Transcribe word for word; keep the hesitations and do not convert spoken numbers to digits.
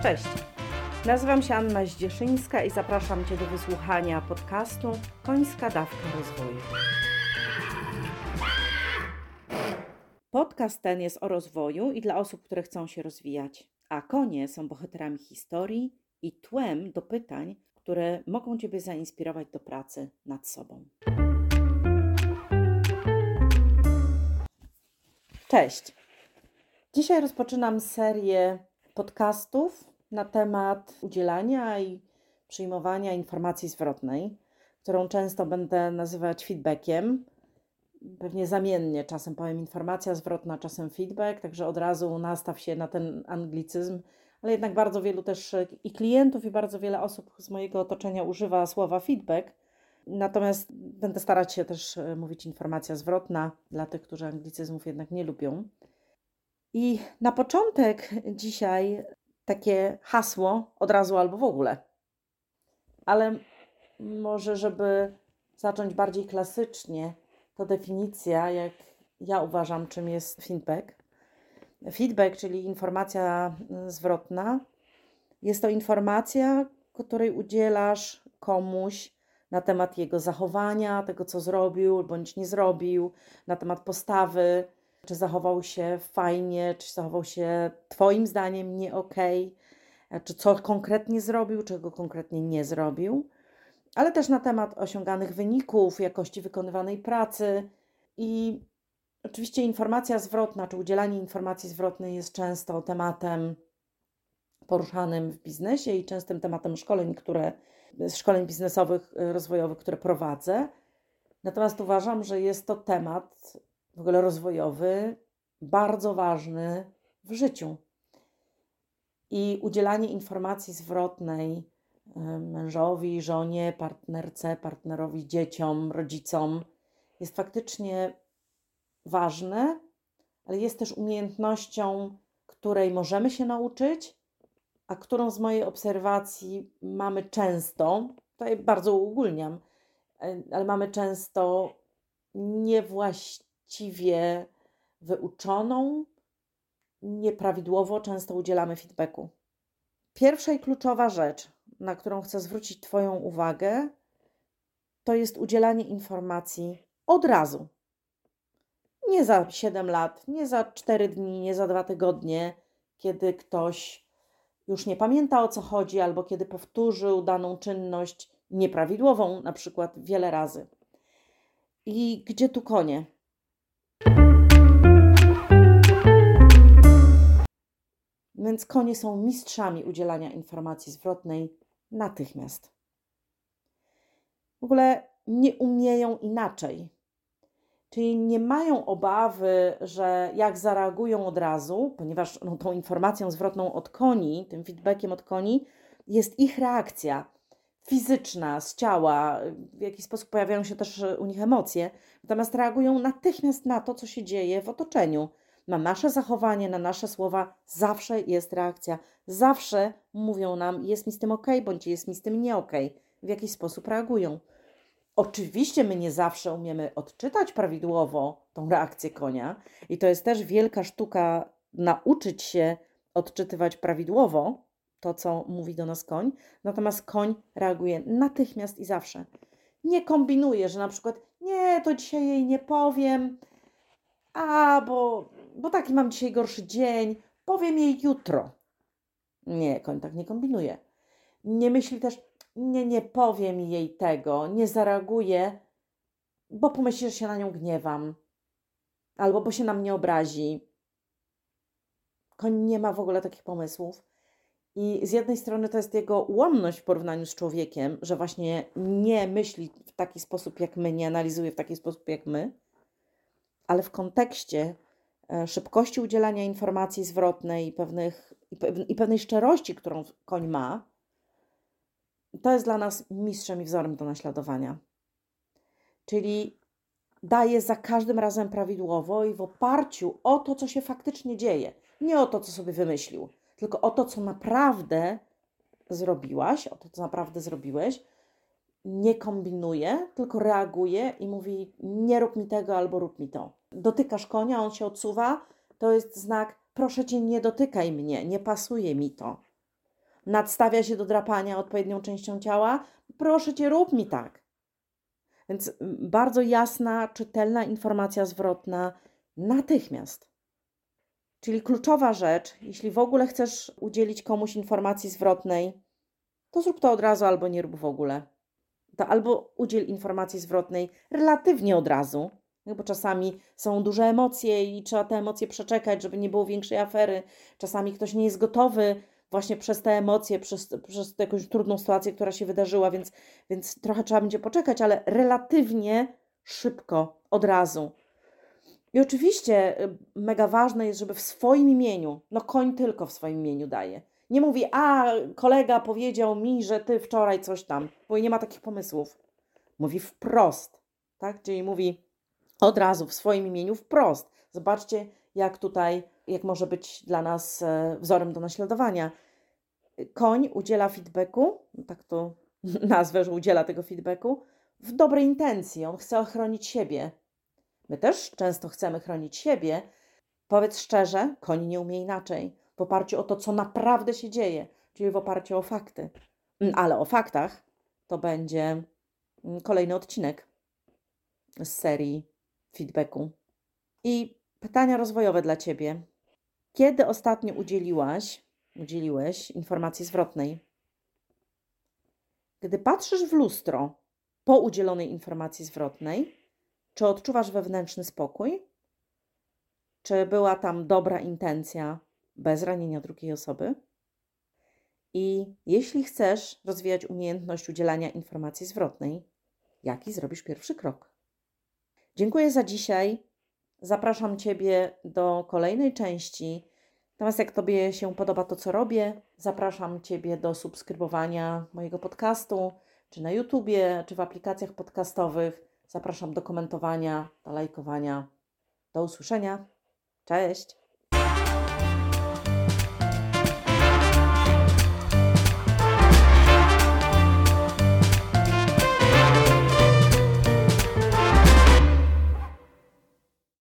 Cześć, nazywam się Anna Zdzieszyńska i zapraszam Cię do wysłuchania podcastu Końska dawka rozwoju. Podcast ten jest o rozwoju i dla osób, które chcą się rozwijać, a konie są bohaterami historii i tłem do pytań, które mogą Ciebie zainspirować do pracy nad sobą. Cześć! Dzisiaj rozpoczynam serię podcastów na temat udzielania i przyjmowania informacji zwrotnej, którą często będę nazywać feedbackiem. Pewnie zamiennie, czasem powiem informacja zwrotna, czasem feedback, także od razu nastaw się na ten anglicyzm, ale jednak bardzo wielu też i klientów, i bardzo wiele osób z mojego otoczenia używa słowa feedback. Natomiast będę starać się też mówić informacja zwrotna dla tych, którzy anglicyzmów jednak nie lubią. I na początek dzisiaj takie hasło od razu albo w ogóle. Ale może, żeby zacząć bardziej klasycznie, to definicja, jak ja uważam, czym jest feedback. Feedback, czyli informacja zwrotna, jest to informacja, której udzielasz komuś na temat jego zachowania, tego co zrobił bądź nie zrobił, na temat postawy, czy zachował się fajnie, czy zachował się Twoim zdaniem nie okej, czy co konkretnie zrobił, czego konkretnie nie zrobił, ale też na temat osiąganych wyników, jakości wykonywanej pracy. I oczywiście informacja zwrotna, czy udzielanie informacji zwrotnej jest często tematem poruszanym w biznesie i częstym tematem szkoleń, które, szkoleń biznesowych, rozwojowych, które prowadzę. Natomiast uważam, że jest to temat w ogóle rozwojowy, bardzo ważny w życiu. I udzielanie informacji zwrotnej mężowi, żonie, partnerce, partnerowi, dzieciom, rodzicom jest faktycznie ważne, ale jest też umiejętnością, której możemy się nauczyć, a którą z mojej obserwacji mamy często, tutaj bardzo uogólniam, ale mamy często niewłaściwie wyuczoną, nieprawidłowo często udzielamy feedbacku. Pierwsza i kluczowa rzecz, na którą chcę zwrócić Twoją uwagę, to jest udzielanie informacji od razu. Nie za siedem lat, nie za cztery dni, nie za dwa tygodnie, kiedy ktoś już nie pamięta, o co chodzi, albo kiedy powtórzył daną czynność nieprawidłową, na przykład wiele razy. I gdzie tu konie? Więc konie są mistrzami udzielania informacji zwrotnej natychmiast. W ogóle nie umieją inaczej. Czyli nie mają obawy, że jak zareagują od razu, ponieważ no, tą informacją zwrotną od koni, tym feedbackiem od koni, jest ich reakcja fizyczna, z ciała, w jakiś sposób pojawiają się też u nich emocje, natomiast reagują natychmiast na to, co się dzieje w otoczeniu. Na nasze zachowanie, na nasze słowa zawsze jest reakcja. Zawsze mówią nam, jest mi z tym okej, bądź jest mi z tym nie okej. W jakiś sposób reagują. Oczywiście my nie zawsze umiemy odczytać prawidłowo tą reakcję konia i to jest też wielka sztuka nauczyć się odczytywać prawidłowo to, co mówi do nas koń, natomiast koń reaguje natychmiast i zawsze. Nie kombinuje, że na przykład nie, to dzisiaj jej nie powiem, a bo, bo taki mam dzisiaj gorszy dzień, powiem jej jutro. Nie, koń tak nie kombinuje. Nie myśli też, nie, nie powiem jej tego, nie zareaguję, bo pomyśli, że się na nią gniewam, albo bo się na mnie obrazi. Koń nie ma w ogóle takich pomysłów. I z jednej strony to jest jego ułomność w porównaniu z człowiekiem, że właśnie nie myśli w taki sposób jak my, nie analizuje w taki sposób jak my, ale w kontekście szybkości udzielania informacji zwrotnej i, pewnych, i, pe, i pewnej szczerości, którą koń ma, to jest dla nas mistrzem i wzorem do naśladowania. Czyli daje za każdym razem prawidłowo i w oparciu o to, co się faktycznie dzieje. Nie o to, co sobie wymyślił, tylko o to, co naprawdę zrobiłaś, o to, co naprawdę zrobiłeś. Nie kombinuje, tylko reaguje i mówi, nie rób mi tego albo rób mi to. Dotykasz konia, on się odsuwa, to jest znak, proszę Cię, nie dotykaj mnie, nie pasuje mi to. nadstawia się do drapania odpowiednią częścią ciała, proszę Cię, rób mi tak. Więc bardzo jasna, czytelna informacja zwrotna natychmiast. Czyli kluczowa rzecz, jeśli w ogóle chcesz udzielić komuś informacji zwrotnej, to zrób to od razu albo nie rób w ogóle. To albo udziel informacji zwrotnej relatywnie od razu, bo czasami są duże emocje i trzeba te emocje przeczekać, żeby nie było większej afery. Czasami ktoś nie jest gotowy właśnie przez te emocje, przez, przez jakąś trudną sytuację, która się wydarzyła, więc, więc trochę trzeba będzie poczekać, ale relatywnie szybko, od razu. I oczywiście mega ważne jest, żeby w swoim imieniu, no koń tylko w swoim imieniu daje. Nie mówi, a kolega powiedział mi, że ty wczoraj coś tam, bo nie ma takich pomysłów. Mówi wprost, tak? Czyli mówi od razu w swoim imieniu wprost. Zobaczcie, jak tutaj, jak może być dla nas wzorem do naśladowania. Koń udziela feedbacku, tak to nazwę, że udziela tego feedbacku, w dobrej intencji. On chce ochronić siebie. My też często chcemy chronić siebie. Powiedz szczerze, koń nie umie inaczej. W oparciu o to, co naprawdę się dzieje, czyli w oparciu o fakty. Ale o faktach to będzie kolejny odcinek z serii feedbacku. I pytania rozwojowe dla Ciebie. Kiedy ostatnio udzieliłaś, udzieliłeś informacji zwrotnej? Gdy patrzysz w lustro po udzielonej informacji zwrotnej, czy odczuwasz wewnętrzny spokój? Czy była tam dobra intencja bez ranienia drugiej osoby? I jeśli chcesz rozwijać umiejętność udzielania informacji zwrotnej, jaki zrobisz pierwszy krok? Dziękuję za dzisiaj. Zapraszam Ciebie do kolejnej części. Natomiast jak Tobie się podoba to, co robię, zapraszam Ciebie do subskrybowania mojego podcastu, czy na YouTubie, czy w aplikacjach podcastowych. Zapraszam do komentowania, do lajkowania. Do usłyszenia. Cześć!